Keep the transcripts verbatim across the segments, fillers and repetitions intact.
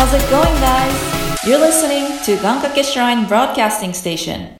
How's it going, guys? You're listening to Gankake Shrine Broadcasting Station.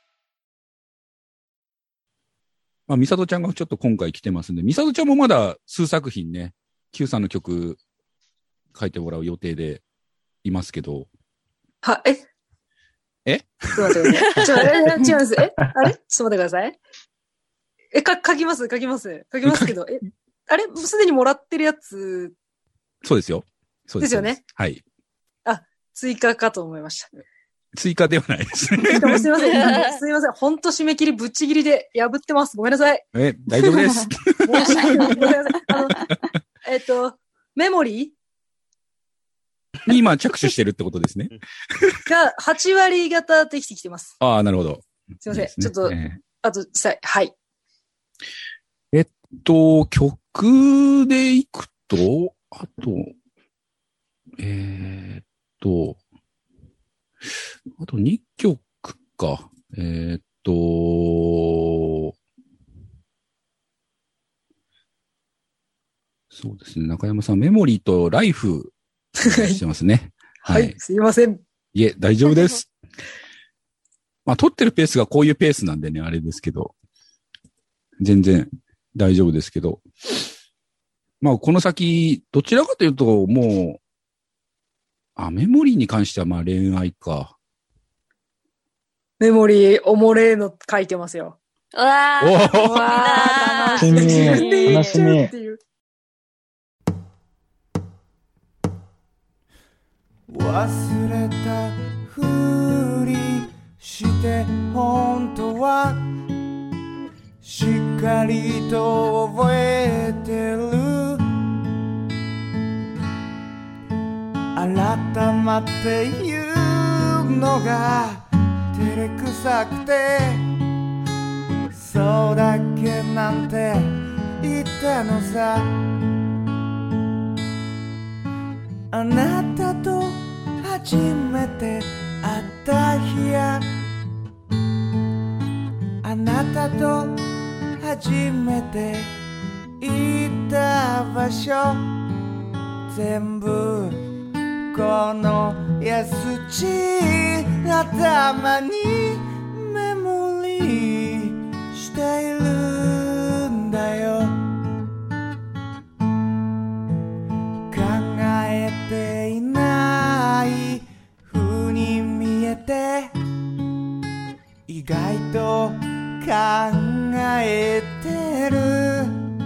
まあ、みさとちゃんがちょっと今回来てますんで、みさとちゃんもまだ数作品ね、Q さんの曲書いてもらう予定でいますけど。 は、ええちょっと待ってください。ちょっと待って、違います。えあれちょっと待ってください。え、か、書きます、書きます。書きますけど、え、あれすでにもらってるやつ。 そうですよ。そうです。 ですよね。 はい。 あ、追加かと思いました。 追加ではないです。すいません。すいません。ほんと締め切りぶっちぎりで破ってます。ごめんなさい。 え、大丈夫です。 申し訳ない。ごめんなさい。あの、えっと、メモリーに今着手してるってことですね。 がはち割方できてきてます。 ああ、なるほど。 すいません。いいね、ちょっと、 えー、 あと、さはい。 えっと、曲でいくと、あと、えー、っと、あとにきょくか。えー、っと、そうですね。中山さん、メモリーとライフしてますね。 はい、はい。すいません。 いえ、大丈夫です。まあ、撮ってるペースがこういうペースなんでね、あれですけど。全然大丈夫ですけど。まあ、この先、どちらかというと、もう、あ、メモリーに関してはまあ恋愛か。 メモリー、おもれーの書いてますよ。 うわー。 うわー、楽しみ。自分で言っちゃうっていう。 忘れたふりして本当はしっかりと覚えてる。改まって言うのが照れくさくて、そうだっけなんて言ったのさ。あなたと初めて会った日や、あなたと初めて行った場所、全部この安っちい頭にメモリーしているんだよ。考えていない風に見えて、意外と考えてる。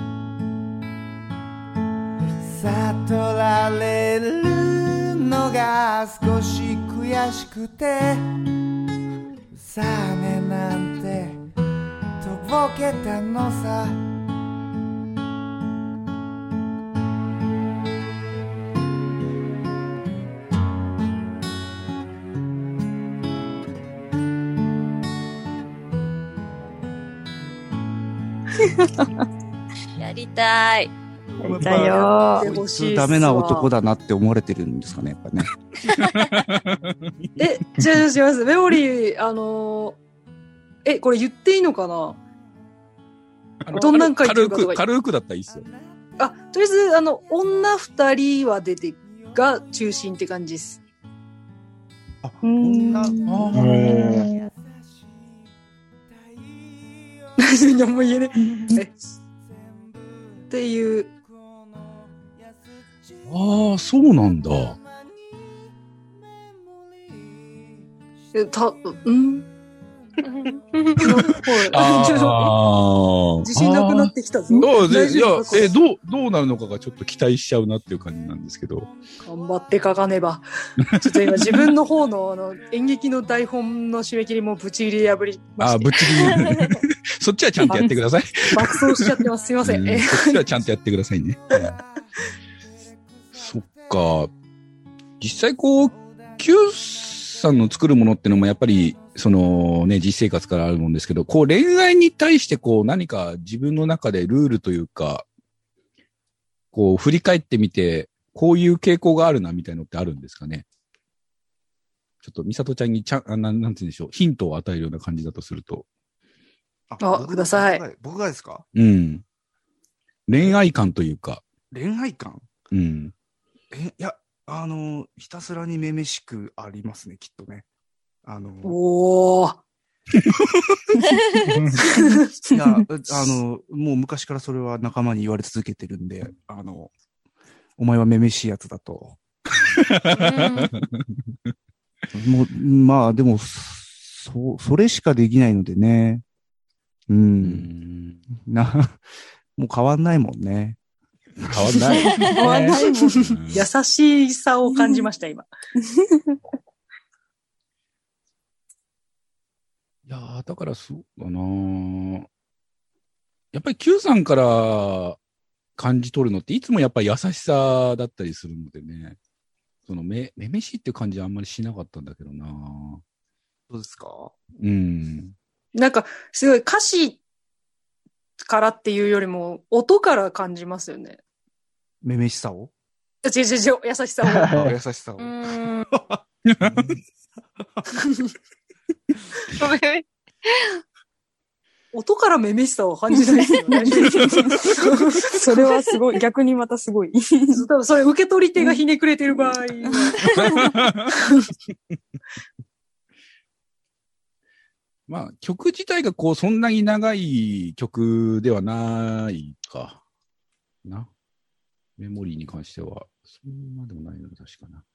悟られるのが少し悔しくて、さあねなんてとぼけたのさ。 やりたい。 やりたいよ。 こいつダメな男だなって思われてるんですかね、やっぱね。 え、じゃあ、します。メモリー、あのー、え、これ言っていいのかな？どんなん書いてるかとか。 軽く、軽くだったらいいっすよ。 あ、とりあえず、あの、女二人は出て、が中心って感じです。 あ、女、あー。 何も言えねえ。っていう。 ああ、そうなんだ。 え、た、うんああ。 自信なくなってきたぞ。 どうで、いや、え、どう、どうなるのかがちょっと期待しちゃうなっていう感じなんですけど。 頑張って書かねば。ちょっと今自分の方のあの演劇の台本の締め切りもぶち切り破りまして。 あ、ぶち切り。そっちはちゃんとやってください。 爆走しちゃってます。すいません。 うん、そっちはちゃんとやってくださいね。うん、そっか。実際こう、Q さんの作るものってのもやっぱり、そのね、実生活からあるもんですけど、こう恋愛に対してこう何か自分の中でルールというか、こう振り返ってみて、こういう傾向があるなみたいのってあるんですかね。ちょっとみさとちゃんにちゃん、あななんて言うんでしょう、ヒントを与えるような感じだとすると。 あ、ください。 僕がですか？ うん。恋愛観というか。 恋愛観？ うん。 え、いや、ああの、ひたすらにめめしくありますね、きっとね。あの、 おー。 いや、あの、もう昔からそれは仲間に言われ続けてるんで、あの、お前はめめしいやつだと。もう、まあ、でも、そ、それしかできないのでね。うん。 うんな、もう変わんないもんね。 変わんない。 変わんないもん。 うん優しさを感じました、今。 いやー、だからそうだなー。やっぱり Q さんから感じ取るのっていつもやっぱり優しさだったりするのでね。そのめ、めめしいっていう感じはあんまりしなかったんだけどな。 どうですか？ うん。 なんか、すごい歌詞からっていうよりも、音から感じますよね。 めめしさを違う違う違う、優しさを。 あ優しさを。 うーん。 音からめめしさを感じないですよね。 それはすごい。逆にまたすごい。 多分それ受け取り手がひねくれてる場合。 まあ、曲自体がこう、そんなに長い曲ではないかな。メモリーに関しては、そんなでもないので確かな。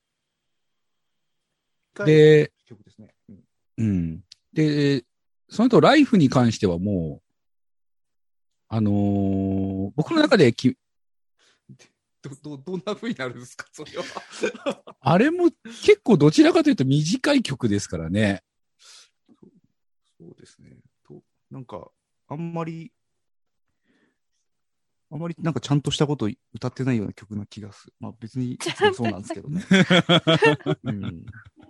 で、 曲ですね。うんうん。で、その後、ライフに関してはもう、あのー僕の中でき、 ど、ど、どんな風になるんですか、それは。 あれも結構どちらかというと短い曲ですからね。 そうですね。と、なんか、あんまり、あんまりなんかちゃんとしたこと歌ってないような曲な気がする。まあ別にいつもそうなんですけどね。うん、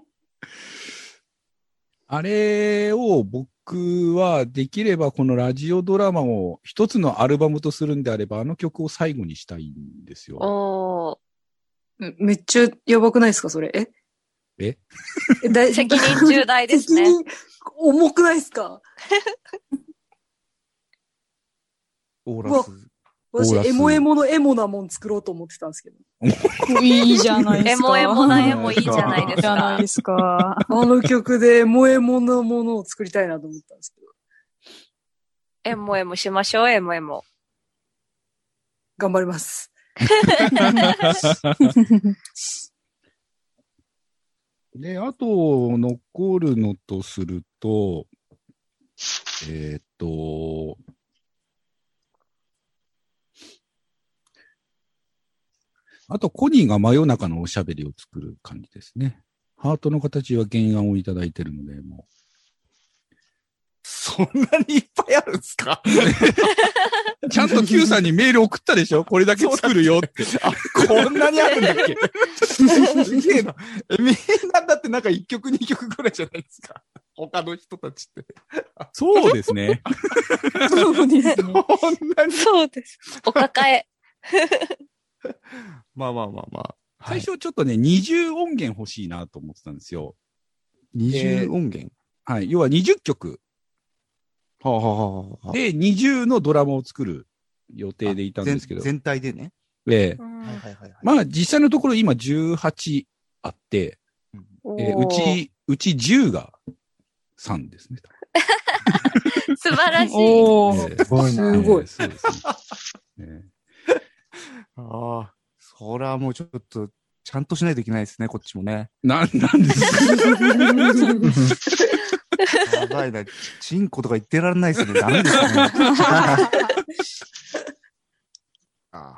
あれを僕はできればこのラジオドラマを一つのアルバムとするんであればあの曲を最後にしたいんですよ。 おー。 めっちゃやばくないですか、それ。えええだい責任重大ですね。 責任重くないですか？ オーラス。 私オーラ、スエモエモのエモなもん作ろうと思ってたんですけど。 いいじゃないですか。 エモエモなエモいいじゃないですじゃないか。 ですか。 あの曲でエモエモなものを作りたいなと思ったんですけど。 エモエモしましょう、エモエモ。 頑張ります。 で、あと残るのとすると、えーっと、あと、コニーが真夜中のおしゃべりを作る感じですね。ハートの形は原案をいただいてるので、もそんなにいっぱいあるんですか？ う。ちゃんと Q さんにメール送ったでしょ？これだけ作るよって。 あ、こんなにあるんだっけ？すげえな。え、みんなだってなんかいっきょくにきょくぐらいじゃないですか。他の人たちって。 そうですね。 そうですね。 こんなに。 そうです。お抱え。 まあまあまあまあ。 最初ちょっとね、二重音源欲しいなと思ってたんですよ。 二重音源、 はい。要はにじゅっきょくはあ、はあはあはあ、 でにじゅうのドラマを作る予定でいたんですけど。 全全体でね。 ええはいはいはい、はい。 まあ実際のところ今じゅうはちあって、えーうち、うちじゅうがさんですね。 素晴らしい。 おー。 ええすごいな。すごい。 ええそうですね。ええああ、それはもうちょっと、ちゃんとしないといけないですね、こっちもね。 な、なんですかやばいな。チンコとか言ってられないですね。ダメですね。あ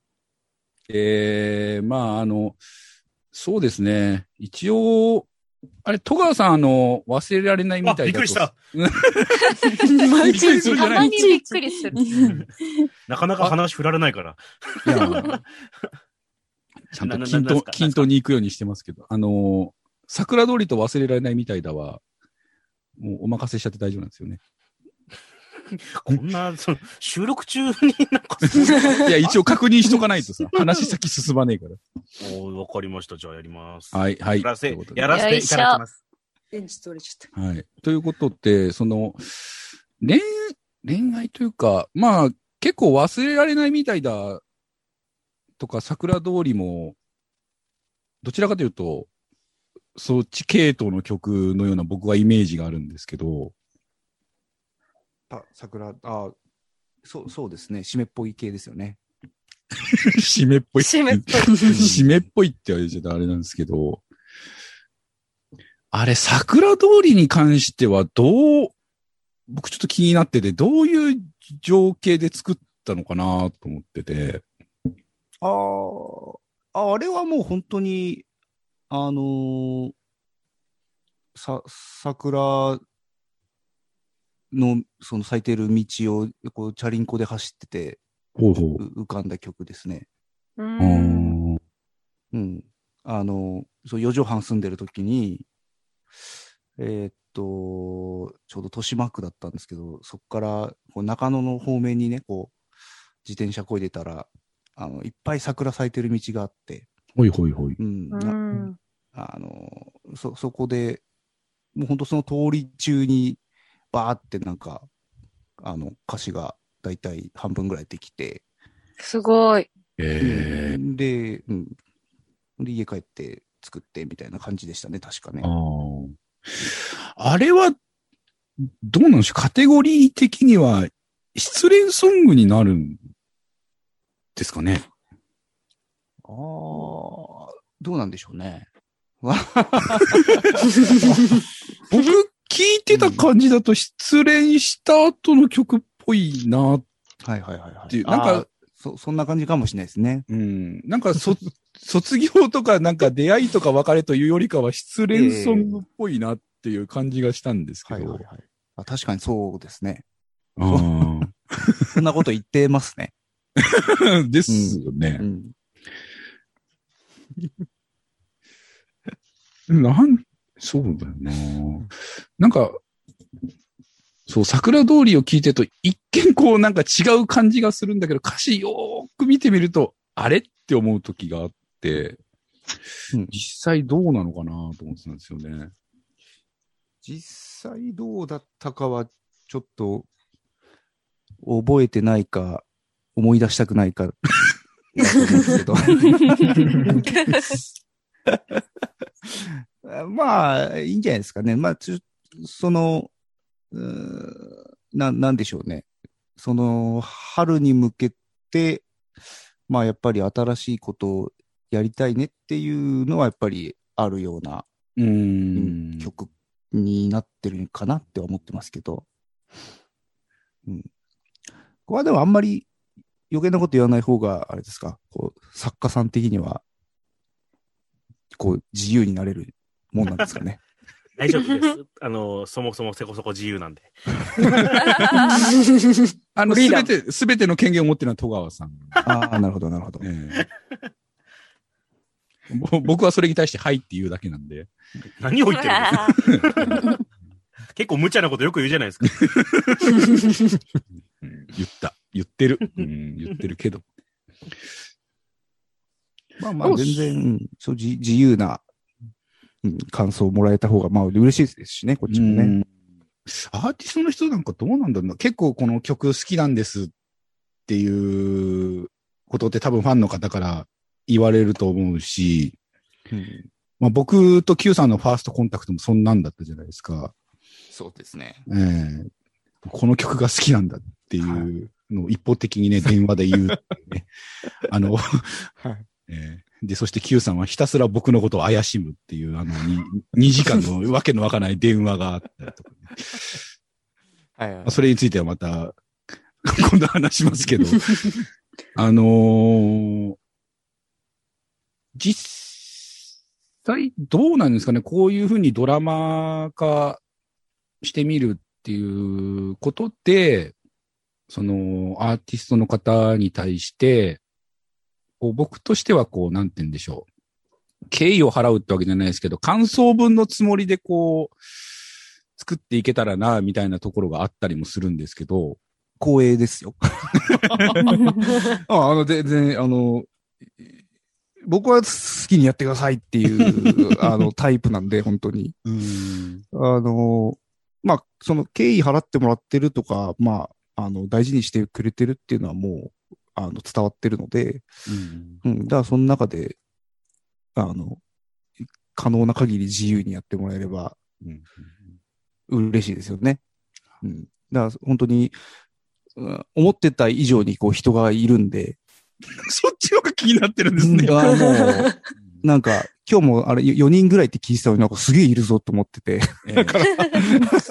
ええまああの、そうですね。一応、あれ、戸川さん、あの、忘れられないみあ、 たいだと。 びっくりした。 びっくりするんじゃないたまにびっくりする。 なかなか話振られないから。 いや、ちゃんと均等、均等に行くようにしてますけど、あの、桜通りと忘れられないみたいだわ。もうお任せしちゃって大丈夫なんですよね。 こんな、その、収録中になんか。 いや、一応確認しとかないとさ、話先進まねえから。 おー、わかりました。じゃあやります。 はい、はい。 やらせ、 ということでやらせていただきます。 電池取れちゃった。 はい。ということって、その、恋、恋愛というか、まあ、結構忘れられないみたいだとか、桜通りも、 どちらかというと、そっち系統の曲のような僕はイメージがあるんですけど。 あ、桜、あ、そう、そうですね。締めっぽい系ですよね。 締めっぽい。 締めっぽい。 締めっぽいって言われちゃったらあれなんですけど。あれ、桜通りに関してはどう、僕ちょっと気になってて、どういう情景で作ったのかなと思ってて。 ああ、あれはもう本当に、あのー、さ、桜の、その咲いてる道を、こう、チャリンコで走ってて、 ほうほう。 う浮かんだ曲ですね。 う。 うんん。 うん。あの、そう、四畳半住んでる時に、えーっと、ちょうど豊島区だったんですけど、そこからこう中野の方面にね、こう、自転車こいでたら、あの、いっぱい桜咲いてる道があって、 ほいほいほい。 うん。 うなん。 あの、そ、そこで、もう本当その通り中に、バーってなんか、あの、歌詞がだいたい半分ぐらいできて、 すごい。 えーで、うん。で、家帰って作ってみたいな感じでしたね、確かね。 あーあれは、どうなんでしょう、カテゴリー的には失恋ソングになるんですかね。 ああ、どうなんでしょうね。 僕聞いてた感じだと失恋した後の曲っぽいなっはいはいはいはい。 ていう、なんかあー、そ、そんな感じかもしれないですね。 うん、なんかそ卒業とかなんか出会いとか別れというよりかは失恋ソングっぽいなっていう感じがしたんですけど。 はいはいはい。あ、確かにそうですね。 あーそんなこと言ってますね。 ですよね。 うん。 なん、そうだよな。なんか、そう、桜通りを聞いてると、一見こうなんか違う感じがするんだけど、歌詞よーく見てみると、あれって思う時があって、 うん実際どうなのかなと思ってたんですよね。 実際どうだったかは、ちょっと、覚えてないか、思い出したくないか、だと思うんですけど。まあ、いいんじゃないですかね。まあ、ちょその、うーな、なんでしょうね。その、春に向けて、まあ、やっぱり新しいことをやりたいねっていうのは、やっぱりあるような、 うーん。 曲になってるかなって思ってますけど。うん。ここはでもあんまり余計なこと言わない方が、あれですか、こう、作家さん的には、こう、自由になれるもんなんですかね。 大丈夫です。あの、そもそもせこそこ自由なんで。 あの、 フリーダムすべて、すべての権限を持ってるのは戸川さん。 ああ、なるほど、なるほど。 ええぼ僕はそれに対してはいって言うだけなんで。 何を言ってるんですか結構無茶なことよく言うじゃないですか。 うん言った。言ってる。うん、言ってるけど。 まあまあ、全然、うんそう自自由な、うん、感想をもらえた方が、まあ、嬉しいですしね、こっちもね。 うんアーティストの人なんかどうなんだろうな。結構この曲好きなんですっていうことって多分ファンの方から言われると思うし、 うんまあ、僕と Q さんのファーストコンタクトもそんなんだったじゃないですか。 そうですね。 ええこの曲が好きなんだっていうのを一方的にね、電話で言うっていうね。あの、 はい。 ええで、そして Q さんはひたすら僕のことを怪しむっていう、あの、に、にじかんのわけのわからない電話があったりとか、ねはいはいまあ。それについてはまた、今度話しますけど、あのー、実際どうなんですかね、こういうふうにドラマ化してみるっていうことで、そのアーティストの方に対して、こう僕としてはこう、なんて言うんでしょう。敬意を払うってわけじゃないですけど、感想文のつもりでこう、作っていけたらな、みたいなところがあったりもするんですけど。 光栄ですよ。ああの、全然、あの、僕は好きにやってくださいっていう、あの、タイプなんで、本当に。 うんあの、まあ、その、敬意払ってもらってるとか、まあ、あの、大事にしてくれてるっていうのはもう、あの、伝わってるので、 うんうん、だからその中で、あの、 可能な限り自由にやってもらえればうん嬉しいですよね。うん。だから本当に、うん思ってた以上にこう人がいるんで。 そっちの方が気になってるんですね。 あもう、なんか、今日もあれよにんぐらいって聞いてたのになんかすげえいるぞと思ってて。だから、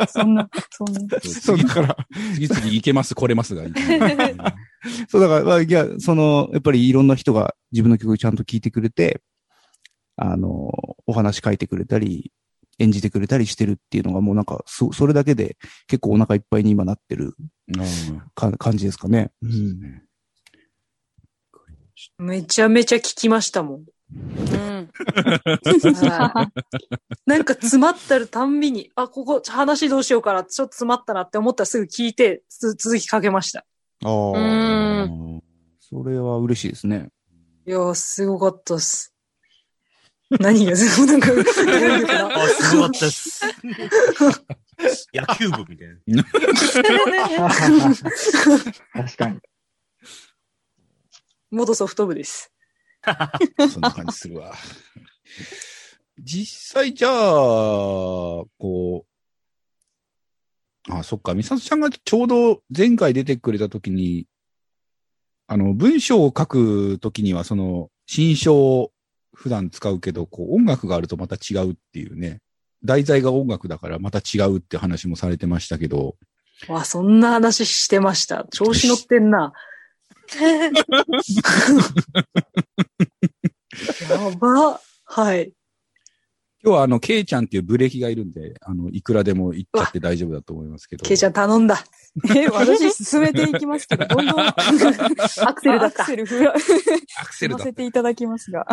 そんな、そんな。 そうだから、 次々行けます、来れますがいい。 そうだから、まあ、いや、その、やっぱりいろんな人が自分の曲ちゃんと聴いてくれて、あの、お話書いてくれたり、演じてくれたりしてるっていうのがもうなんか、そ、それだけで結構お腹いっぱいに今なってるか感じですかね。うん。 めちゃめちゃ聞きましたもん。 うん。 なんか詰まったるたんびに、あ、ここ話どうしようかな、ちょっと詰まったなって思ったらすぐ聞いて、つ続きかけました。 あうあ。 ん。 それは嬉しいですね。 いやー、すごかったっす。何がすごいなんか、 あ、すごかったっす。野球部みたいな。 確かに。 元ソフト部です。 そんな感じするわ。実際じゃあ、こう、あ、そっか、みさとちゃんがちょうど前回出てくれたときに、あの、文章を書くときには、その、新書を普段使うけど、こう、音楽があるとまた違うっていうね。題材が音楽だからまた違うって話もされてましたけど。 わ、そんな話してました。調子乗ってんな。やば。はい。 今日はあの、ケイちゃんっていうブレーキがいるんで、あの、いくらでも行っちゃって大丈夫だと思いますけど。 ケイちゃん頼んだ。 え、私進めていきますけど、どんどんアクセルだった。アクセル振ら、 アクセルだ。 させていただきますが。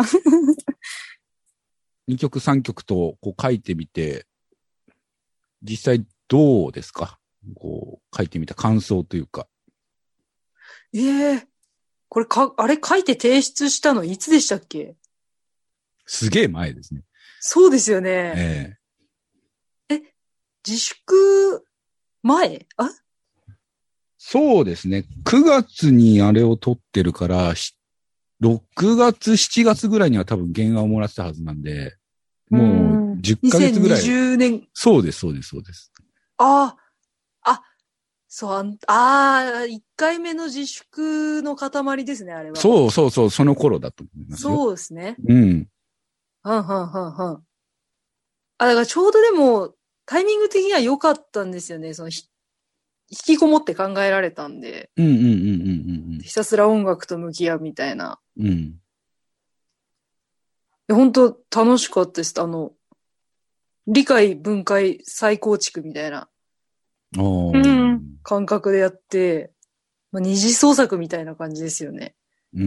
にきょくさんきょくとこう書いてみて、実際どうですか？こう書いてみた感想というか。 ええー、これか、あれ書いて提出したのいつでしたっけ？ すげえ前ですね。 そうですよね。 ええ。え、自粛前？あ？ そうですね。くがつにあれを撮ってるから、ろくがつ、しちがつぐらいには多分原案をもらってたはずなんで、もうじゅっかげつぐらい。 にせんにじゅうねん。 そうです、そうです、そうです。 ああ、あ、そう、ああ、いっかいめの自粛の塊ですね、あれは。 そうそうそう、その頃だと思いますよ。 そうですね。 うん。 はんはんはんはん。あ、だからちょうどでも、タイミング的には良かったんですよね。そのひ、引きこもって考えられたんで。 うんうんうんうんうん。 ひたすら音楽と向き合うみたいな。 うん。 本当楽しかったです。あの、理解分解再構築みたいな感覚でやって、まあ、二次創作みたいな感じですよね。 うん。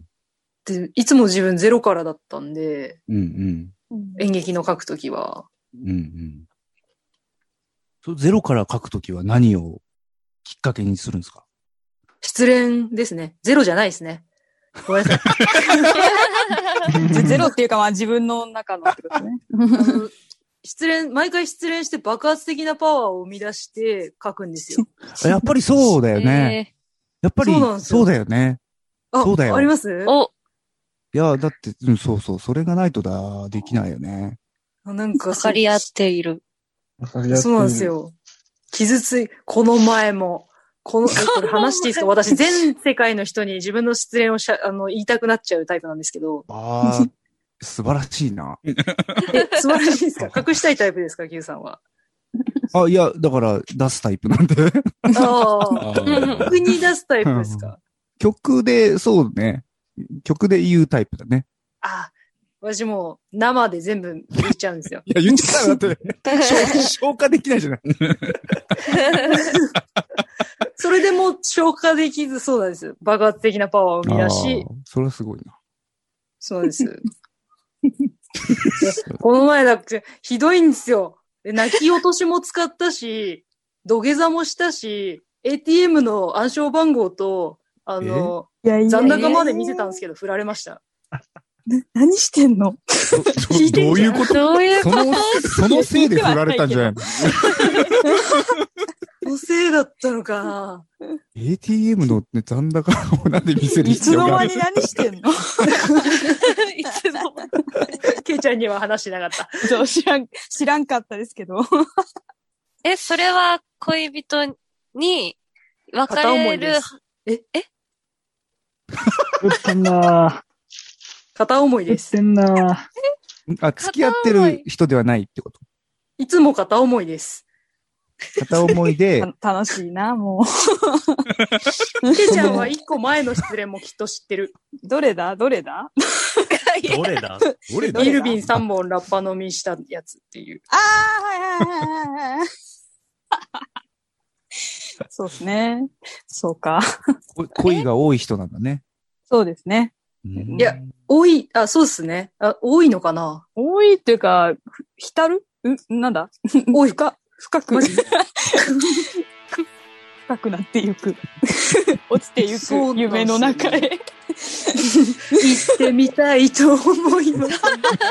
で、いつも自分ゼロからだったんで、 うんうん、 演劇の書くときは。 うんうんゼロから書くときは何をきっかけにするんですか？ 失恋ですね。ゼロじゃないですね。ごめんなさい。ゼロっていうかまあ自分の中のってことね。 失恋、毎回失恋して爆発的なパワーを生み出して書くんですよ。 やっぱりそうだよね。やっぱりそうだよね。 あ、 そうだよ。 あります？ おいや、だって、うん、そうそう、それがないとだ、できないよね。 なんかわかり合っている。 そうなんですよ。傷つい、この前も、この、これ話していいですか？私、全世界の人に自分の失恋をしゃ、あの、言いたくなっちゃうタイプなんですけど。 ああ、素晴らしいな。 え、素晴らしいですか？隠したいタイプですか？ Q さんは。 あ、いや、だから出すタイプなんで。 ああ。曲に出すタイプですか？ 曲で、そうね。曲で言うタイプだね。 あ、私もう生で全部言っちゃうんですよ。 いや、言っちゃうだって消、消化できないじゃない。 それでも消化できずそうなんです。爆発的なパワーを生み出し。 それはすごいな。 そうです。この前だって、ひどいんですよ。泣き落としも使ったし、土下座もしたし、エーティーエム の暗証番号と、あの、残高まで見せたんですけど、振られました。 何してんの？ どういうことどういうこと？ その、そのせいで振られたんじゃないの？ そのせいだったのかな。 エーティーエム の、ね、残高をなんで見せる必要がある？ いつの間に何してんの？ いつの。 ケイちゃんには話してなかった。 そう、知らん、知らんかったですけど。 え、それは恋人に別れる。 ええうってんな片思いです。 うってんなあ、付き合ってる人ではないってこと？ いつも片思いです。 片思いで。 楽しいな、もう。 ケイちゃんは一個前の失恋もきっと知ってる。 どれだどれだどれだどれだビール瓶さんぼんラッパ飲みしたやつっていう。 ああ、はいはいはいはいはい。そうですね。そうか。 恋が多い人なんだね。 そうですね。 うん、 いや、多い、あ、そうですね。あ、多いのかな？ 多いっていうか、浸るんなんだ多いか深く。深くなっていく。落ちていく夢の中へ。 行ってみたいと思います。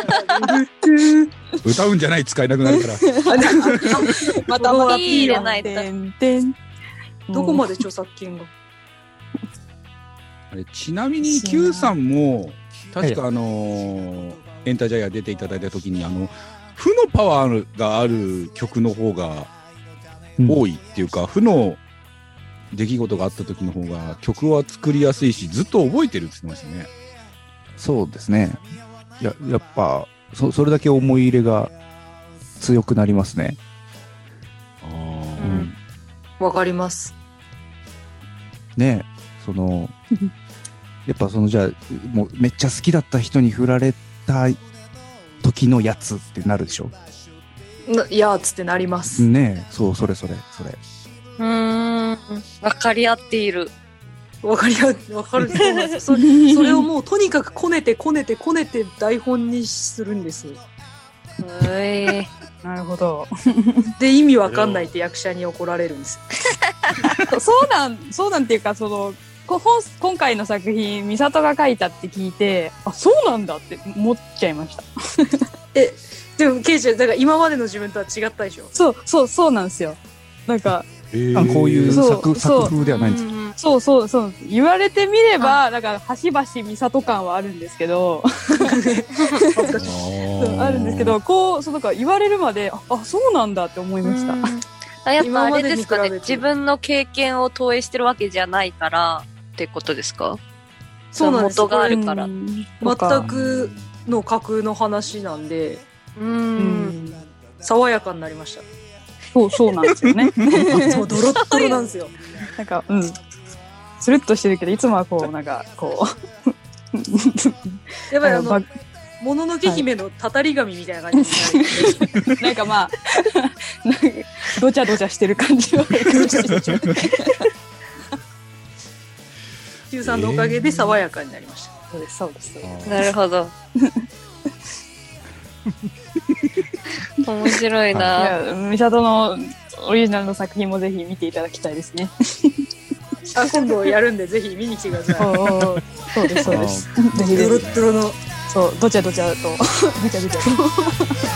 歌うんじゃない、使えなくなるから。 またまたピー入れないと。 どこまで著作権が。 あれちなみに Q さんも確かあのー、エンタジャイア出ていただいた時にあの負のパワーがある曲の方が多いっていうか、うん、負の出来事があった時の方が曲は作りやすいしずっと覚えてるって言ってましたね。 そうですね。ややっぱ そ, それだけ思い入れが強くなりますね。 ああ、うんわかります。 ねえ、そのやっぱそのじゃあもうめっちゃ好きだった人に振られた時のやつってなるでしょ。 いやーつってなります。 ねえ、そうそれそれそれ。 うーん、わかり合っている。 わかり合う、わかる。そうなんですよ。それ、それをもうとにかくこねてこねてこねて台本にするんですよ。 えー、なるほど。 で意味わかんないって役者に怒られるんですよ。そうなんそうなんていうかその本今回の作品美里が書いたって聞いて、あそうなんだって思っちゃいました。 えでもケイちゃんだから今までの自分とは違ったでしょ。 そうそうそうなんですよ。なんか、 えー、こういう作作風ではないんですか。 そうそうそう言われてみればだから端々美里感はあるんですけどあるんですけどこうそうなんか言われるまで あ, あそうなんだって思いました。 やっぱあれですかね、自分の経験を投影してるわけじゃないからってことですか。 そうなんです。 元があるから、 全くの架空の話なんでうーん爽やかになりました。 そうそうなんですよね。 もうドロッドロなんですよ。 なんかうんつるっとしてるけどいつもはこうなんかこうやっぱりあのもののけ姫のたたり神みたいな感じになる。 なんかまあどちゃどちゃしてる感じは Qさんのおかげで爽やかになりました。 そうですそうです。 なるほど。面白いな。 いや美里のオリジナルの作品もぜひ見ていただきたいですね。 あ今度やるんでぜひ見に来てください。 おーそうですそうです。 ドロッドロのそうどちゃどちゃとどちゃどちゃと。